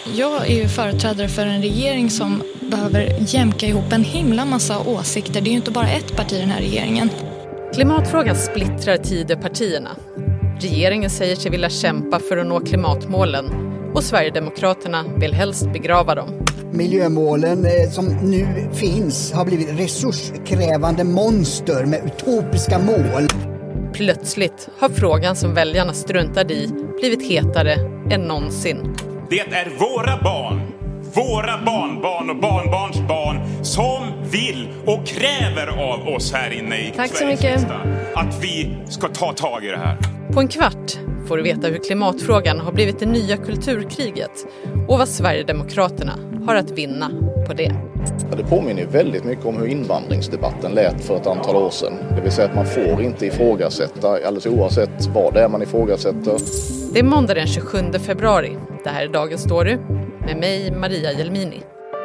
Jag är ju företrädare för en regering som behöver jämka ihop en himla massa åsikter. Det är ju inte bara ett parti i den här regeringen. Klimatfrågan splittrar Tidöpartierna. Regeringen säger sig vilja kämpa för att nå klimatmålen och Sverigedemokraterna vill helst begrava dem. Miljömålen som nu finns har blivit resurskrävande monster med utopiska mål. Plötsligt har frågan som väljarna struntade i blivit hetare än någonsin. Det är våra barn, våra barnbarn och barnbarns barn som vill och kräver av oss här inne i Sveriges riksdag att vi ska ta tag i det här. På en kvart får du veta hur klimatfrågan har blivit det nya kulturkriget och vad Sverigedemokraterna har att vinna på det. Ja, det påminner väldigt mycket om hur invandringsdebatten lät för ett antal år sedan. Det vill säga att man får inte ifrågasätta, alldeles oavsett vad det är man ifrågasätter. Det är måndag den 27 februari. Det här är Dagens Story med mig, Maria Jelmini.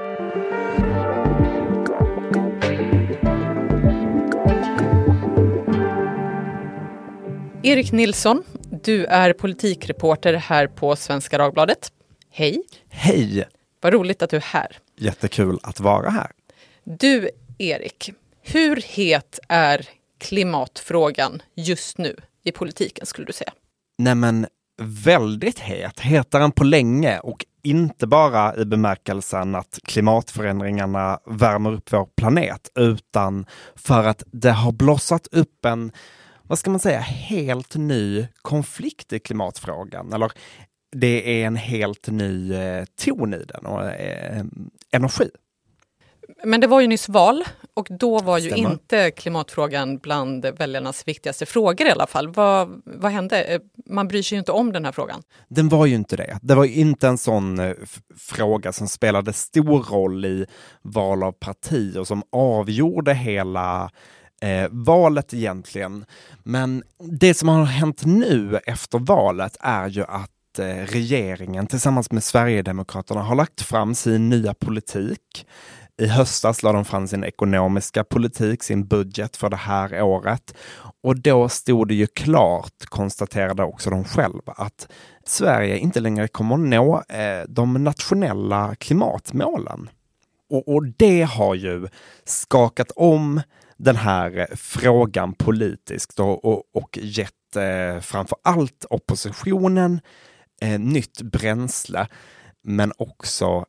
Erik Nilsson, du är politikreporter här på Svenska Dagbladet. Hej! Hej! Vad roligt att du är här. Jättekul att vara här. Du, Erik, hur het är klimatfrågan just nu i politiken skulle du säga? Nej men väldigt het, hetare än på länge och inte bara i bemärkelsen att klimatförändringarna värmer upp vår planet utan för att det har blossat upp en, vad ska man säga, helt ny konflikt i klimatfrågan. Eller det är en helt ny ton i den och energi. Men det var ju nyss val och då var ju Stämmer. inte klimatfrågan bland väljarnas viktigaste frågor i alla fall. Vad hände? Man bryr sig ju inte om den här frågan. Den var ju inte det. Det var ju inte en sån fråga som spelade stor roll i val av parti och som avgjorde hela valet egentligen. Men det som har hänt nu efter valet är ju att regeringen tillsammans med Sverigedemokraterna har lagt fram sin nya politik. I höstas lade de fram sin ekonomiska politik, sin budget för det här året. Och då stod det ju klart, konstaterade också de själva, att Sverige inte längre kommer att nå de nationella klimatmålen. Och det har ju skakat om den här frågan politiskt och gett framför allt oppositionen nytt bränsle, men också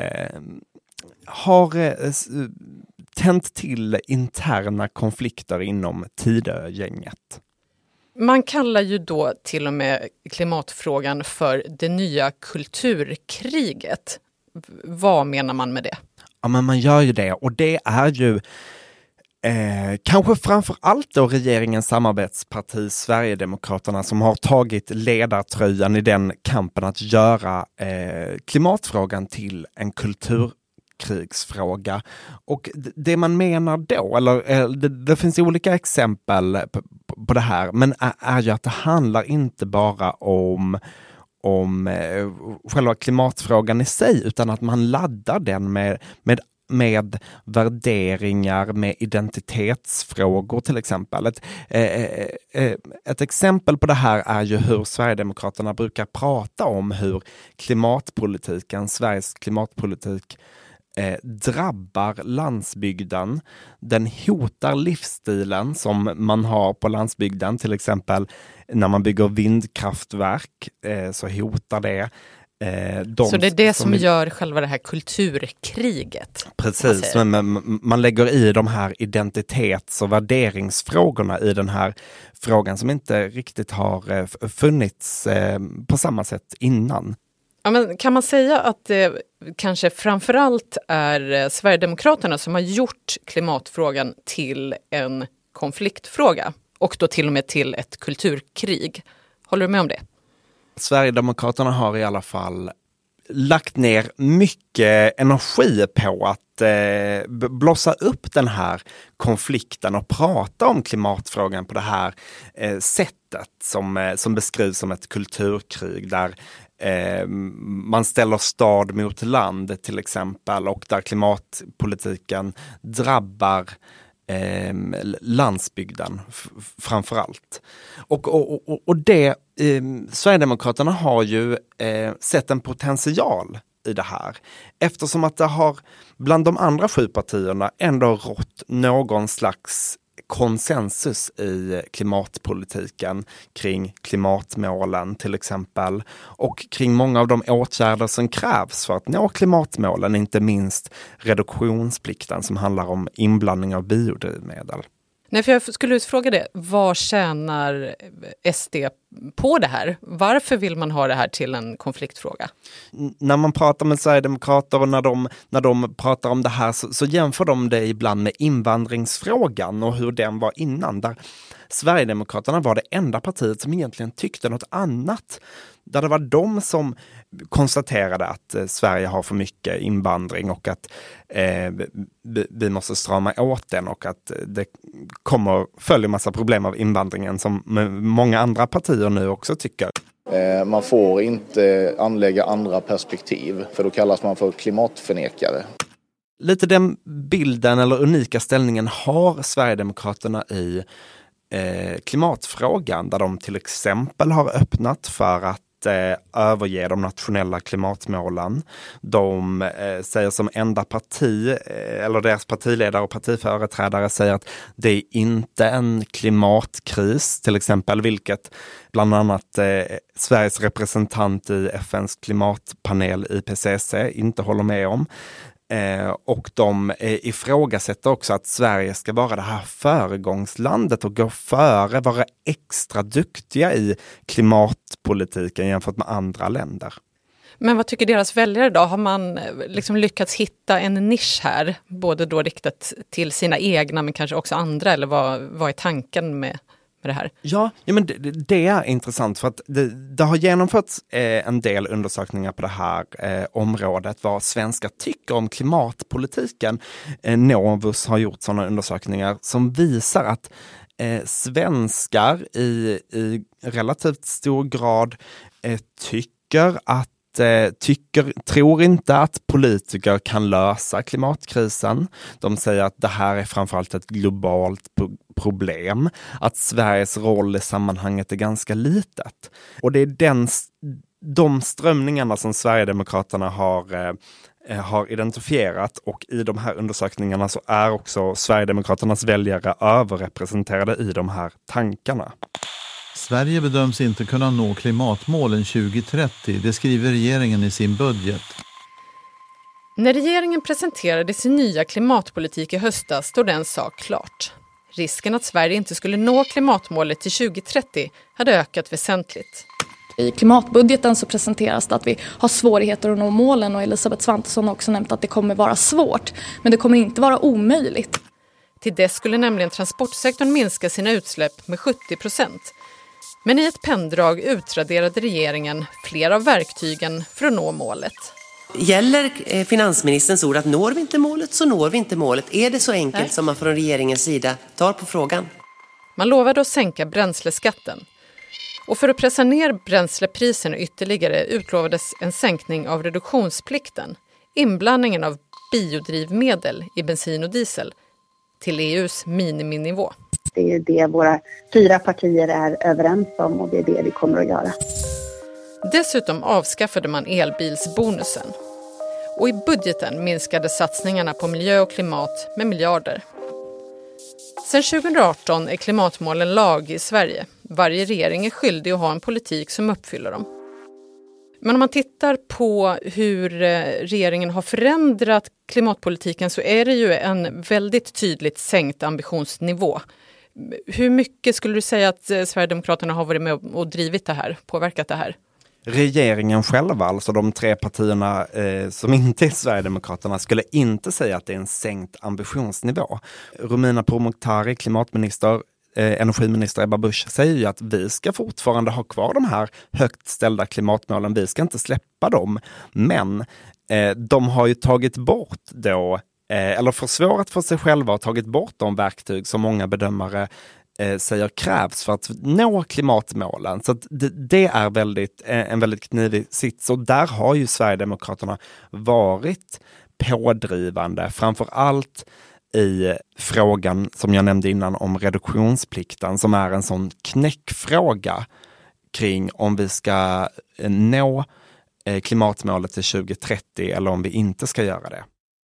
har tänt till interna konflikter inom Tidögänget. Man kallar ju då till och med klimatfrågan för det nya kulturkriget. Vad menar man med det? Ja, men man gör ju det och det är ju kanske framför allt då regeringens samarbetsparti Sverigedemokraterna som har tagit ledartröjan i den kampen att göra klimatfrågan till en kulturkrigsfråga. Och det man menar då, eller det finns olika exempel på det här, men är ju att det handlar inte bara om själva klimatfrågan i sig utan att man laddar den med värderingar, med identitetsfrågor till exempel. Ett exempel på det här är ju hur Sverigedemokraterna brukar prata om hur Sveriges klimatpolitik drabbar landsbygden. Den hotar livsstilen som man har på landsbygden, till exempel när man bygger vindkraftverk så hotar det. Så det är det som gör själva det här kulturkriget? Precis, men man lägger i de här identitets- och värderingsfrågorna i den här frågan som inte riktigt har funnits på samma sätt innan. Ja, men kan man säga att det kanske framförallt är Sverigedemokraterna som har gjort klimatfrågan till en konfliktfråga och då till och med till ett kulturkrig? Håller du med om det? Sverigedemokraterna har i alla fall lagt ner mycket energi på att blossa upp den här konflikten och prata om klimatfrågan på det här sättet som beskrivs som ett kulturkrig där man ställer stad mot land till exempel och där klimatpolitiken drabbar landsbygden framförallt. Och det Sverigedemokraterna har ju sett en potential i det här. Eftersom att det har bland de andra 7 partierna ändå rått någon slags konsensus i klimatpolitiken kring klimatmålen till exempel och kring många av de åtgärder som krävs för att nå klimatmålen, inte minst reduktionsplikten som handlar om inblandning av biodrivmedel. Nej, för jag skulle fråga det. Vad tjänar SD på det här? Varför vill man ha det här till en konfliktfråga? När man pratar med Sverigedemokrater och när de pratar om det här så jämför de det ibland med invandringsfrågan och hur den var innan. Där Sverigedemokraterna var det enda partiet som egentligen tyckte något annat. Där det var de som konstaterade att Sverige har för mycket invandring och att vi måste strama åt den och att det följer massa problem av invandringen som många andra partier nu också tycker. Man får inte anlägga andra perspektiv för då kallas man för klimatförnekare. Lite den bilden eller unika ställningen har Sverigedemokraterna i klimatfrågan där de till exempel har öppnat för att överge de nationella klimatmålen. De säger som enda parti, eller deras partiledare och partiföreträdare säger att det är inte en klimatkris till exempel, vilket bland annat Sveriges representant i FNs klimatpanel IPCC inte håller med om. Och de ifrågasätter också att Sverige ska vara det här föregångslandet och gå före, vara extra duktiga i klimatpolitiken jämfört med andra länder. Men vad tycker deras väljare då? Har man liksom lyckats hitta en nisch här, både då riktat till sina egna men kanske också andra, eller vad är tanken med det här? Ja, men det är intressant för att det har genomförts en del undersökningar på det här området vad svenskar tycker om klimatpolitiken. Novus har gjort sådana undersökningar som visar att svenskar i relativt stor grad tror inte att politiker kan lösa klimatkrisen. De säger att det här är framförallt ett globalt problem. Att Sveriges roll i sammanhanget är ganska litet. Och det är de strömningarna som Sverigedemokraterna har identifierat, och i de här undersökningarna så är också Sverigedemokraternas väljare överrepresenterade i de här tankarna. Sverige bedöms inte kunna nå klimatmålen 2030, det skriver regeringen i sin budget. När regeringen presenterade sin nya klimatpolitik i höstas stod en sak klart. Risken att Sverige inte skulle nå klimatmålet till 2030 hade ökat väsentligt. I klimatbudgeten så presenteras det att vi har svårigheter att nå målen, och Elisabeth Svantesson har också nämnt att det kommer vara svårt, men det kommer inte vara omöjligt. Till dess skulle nämligen transportsektorn minska sina utsläpp med 70%. Men i ett penndrag regeringen flera av verktygen för att nå målet. Gäller finansministerns ord att når vi inte målet så når vi inte målet? Är det så enkelt som man från regeringens sida tar på frågan? Man lovade att sänka bränsleskatten. Och för att pressa ner bränslepriserna ytterligare utlovades en sänkning av reduktionsplikten, inblandningen av biodrivmedel i bensin och diesel, till EUs miniminivå. Det är det våra 4 partier är överens om, och det är det vi kommer att göra. Dessutom avskaffade man elbilsbonusen. Och i budgeten minskade satsningarna på miljö och klimat med miljarder. Sedan 2018 är klimatmålen lag i Sverige. Varje regering är skyldig att ha en politik som uppfyller dem. Men om man tittar på hur regeringen har förändrat klimatpolitiken så är det ju en väldigt tydligt sänkt ambitionsnivå. Hur mycket skulle du säga att Sverigedemokraterna har varit med och drivit det här, påverkat det här? Regeringen själva, alltså de 3 partierna som inte är Sverigedemokraterna, skulle inte säga att det är en sänkt ambitionsnivå. Romina Pourmokhtari, klimatminister, energiminister Ebba Busch, säger ju att vi ska fortfarande ha kvar de här högt ställda klimatmålen. Vi ska inte släppa dem. Men de har ju tagit bort då, eller försvårat för sig själva och tagit bort de verktyg som många bedömare säger krävs för att nå klimatmålen. Så att det är en väldigt knivig sits, och där har ju Sverigedemokraterna varit pådrivande, framför allt i frågan som jag nämnde innan om reduktionsplikten, som är en sån knäckfråga kring om vi ska nå klimatmålet till 2030 eller om vi inte ska göra det.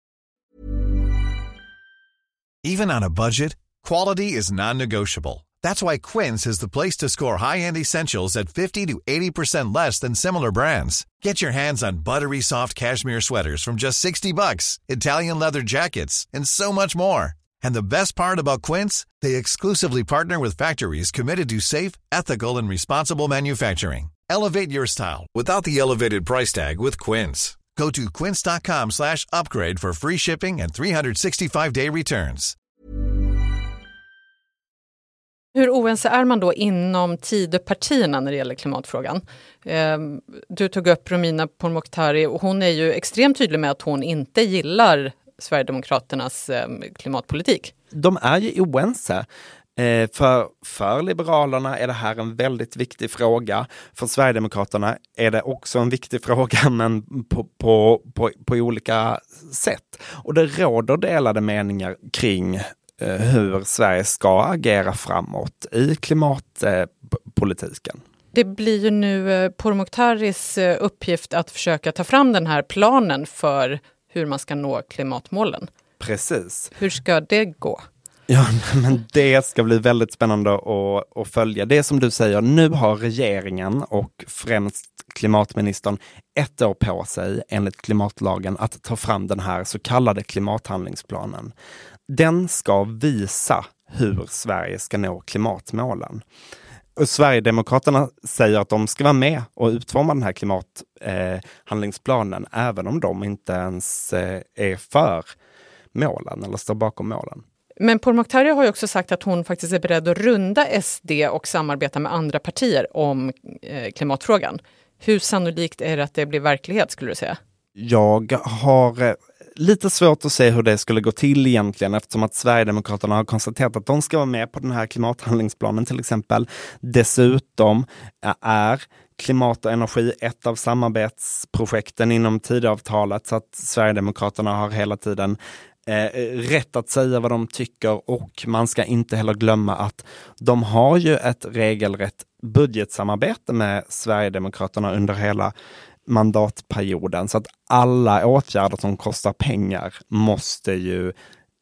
Even on a budget, quality is non-negotiable. That's why Quince is the place to score high-end essentials at 50 to 80% less than similar brands. Get your hands on buttery soft cashmere sweaters from just $60, Italian leather jackets, and so much more. And the best part about Quince, they exclusively partner with factories committed to safe, ethical, and responsible manufacturing. Elevate your style without the elevated price tag with Quince. Go to quince.com/upgrade for free shipping and 365-day returns. Hur oense är man då inom Tidöpartierna när det gäller klimatfrågan? Du tog upp Romina Pourmokhtari och hon är ju extremt tydlig med att hon inte gillar Sverigedemokraternas klimatpolitik. De är ju oense. För Liberalerna är det här en väldigt viktig fråga. För Sverigedemokraterna är det också en viktig fråga, men på olika sätt. Och det råder delade meningar kring hur Sverige ska agera framåt i klimatpolitiken. Det blir ju nu Pourmokhtaris uppgift att försöka ta fram den här planen för hur man ska nå klimatmålen. Precis. Hur ska det gå? Ja, men det ska bli väldigt spännande att följa. Det som du säger, nu har regeringen och främst klimatministern 1 år på sig enligt klimatlagen att ta fram den här så kallade klimathandlingsplanen. Den ska visa hur Sverige ska nå klimatmålen. Och Sverigedemokraterna säger att de ska vara med och utforma den här klimathandlingsplanen även om de inte ens är för målen eller står bakom målen. Men Pourmokhtari har ju också sagt att hon faktiskt är beredd att runda SD och samarbeta med andra partier om klimatfrågan. Hur sannolikt är det att det blir verklighet, skulle du säga? Jag har lite svårt att se hur det skulle gå till egentligen, eftersom att Sverigedemokraterna har konstaterat att de ska vara med på den här klimathandlingsplanen till exempel. Dessutom är klimat och energi ett av samarbetsprojekten inom Tidöavtalet, så att Sverigedemokraterna har hela tiden rätt att säga vad de tycker, och man ska inte heller glömma att de har ju ett regelrätt budgetsamarbete med Sverigedemokraterna under hela mandatperioden, så att alla åtgärder som kostar pengar måste ju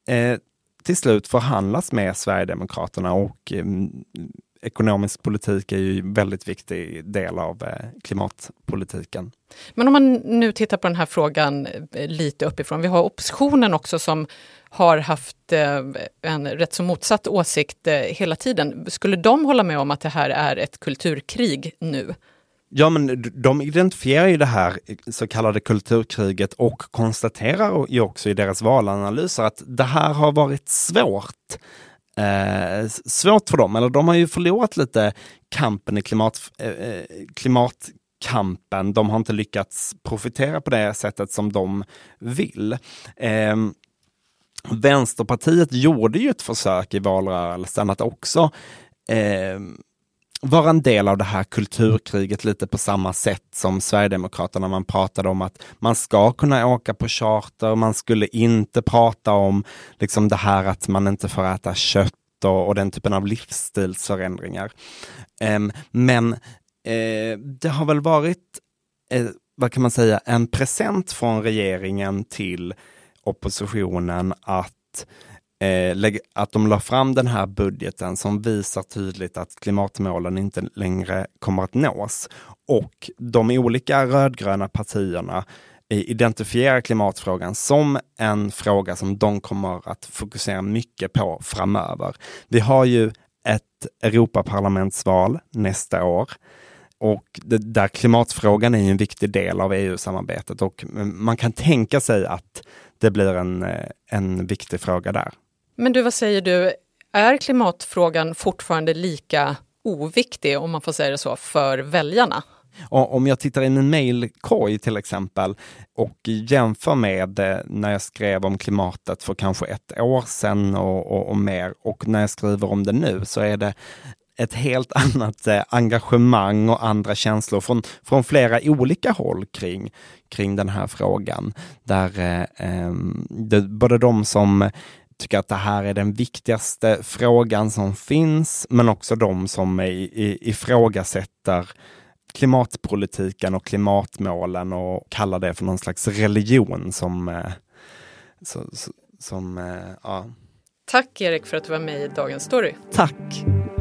till slut förhandlas med Sverigedemokraterna, och ekonomisk politik är ju en väldigt viktig del av klimatpolitiken. Men om man nu tittar på den här frågan lite uppifrån, vi har oppositionen också som har haft en rätt så motsatt åsikt hela tiden. Skulle de hålla med om att det här är ett kulturkrig nu? Ja, men de identifierar ju det här så kallade kulturkriget och konstaterar ju också i deras valanalyser att det här har varit svårt för dem. Eller de har ju förlorat lite kampen i klimatkampen. De har inte lyckats profitera på det sättet som de vill. Vänsterpartiet gjorde ju ett försök i valrörelsen att också vara en del av det här kulturkriget lite på samma sätt som Sverigedemokraterna. Man pratade om att man ska kunna åka på charter, man skulle inte prata om liksom det här att man inte får äta kött och den typen av livsstilsförändringar. Men det har väl varit, vad kan man säga, en present från regeringen till oppositionen att de la fram den här budgeten som visar tydligt att klimatmålen inte längre kommer att nås. Och de olika rödgröna partierna identifierar klimatfrågan som en fråga som de kommer att fokusera mycket på framöver. Vi har ju ett Europaparlamentsval nästa år. Och där klimatfrågan är en viktig del av EU-samarbetet, och man kan tänka sig att det blir en viktig fråga där. Men du, vad säger du? Är klimatfrågan fortfarande lika oviktig, om man får säga det så, för väljarna? Och om jag tittar i min mejlkorg till exempel och jämför med när jag skrev om klimatet för kanske 1 år sedan och mer, och när jag skriver om det nu, så är det ett helt annat engagemang och andra känslor från flera olika håll kring den här frågan. Där både de som tycker att det här är den viktigaste frågan som finns, men också de som ifrågasätter klimatpolitiken och klimatmålen och kalla det för någon slags religion ja. Tack Erik för att du var med i Dagens Story. Tack.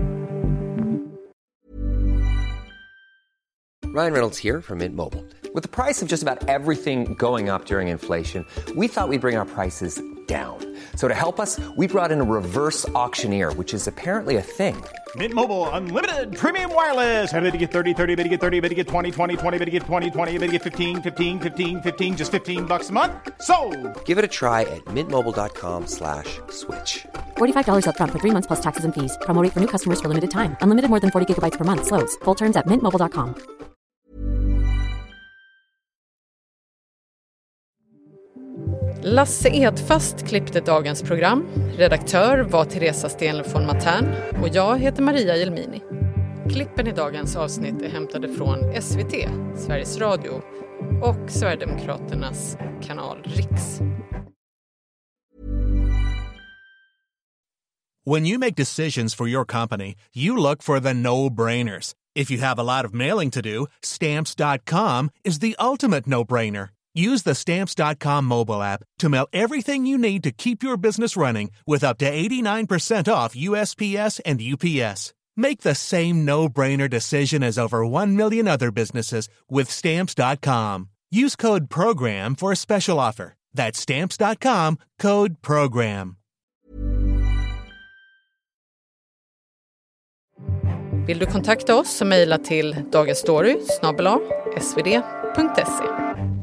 Ryan Reynolds here from Mint Mobile. With the price of just about everything going up during inflation, we thought we'd bring our prices down. So to help us, we brought in a reverse auctioneer, which is apparently a thing. Mint Mobile Unlimited Premium Wireless. How to get 30, 30, bit to get 30, bit to get 20, 20, 20, bit to get 20, 20, bit to get 15, 15, 15, 15, just $15 a month? Sold! Give it a try at mintmobile.com/switch. $45 up front for 3 months plus taxes and fees. Promo rate for new customers for limited time. Unlimited more than 40 gigabytes per month. Slows full terms at mintmobile.com. Lasse Edfast klippte dagens program. Redaktör var Teresa Stenlöf von Matern och jag heter Maria Jelmini. Klippen i dagens avsnitt är hämtade från SVT, Sveriges Radio och Sverigedemokraternas kanal Riks. When you make decisions for your company, you look for the no-brainers. If you have a lot of mailing to do, Stamps.com is the ultimate no-brainer. Use the Stamps.com mobile app to mail everything you need to keep your business running with up to 89% off USPS and UPS. Make the same no-brainer decision as over 1 million other businesses with Stamps.com. Use code PROGRAM for a special offer. That's Stamps.com, code PROGRAM. Vill du kontakta oss så mejla till dagensstory@svd.se.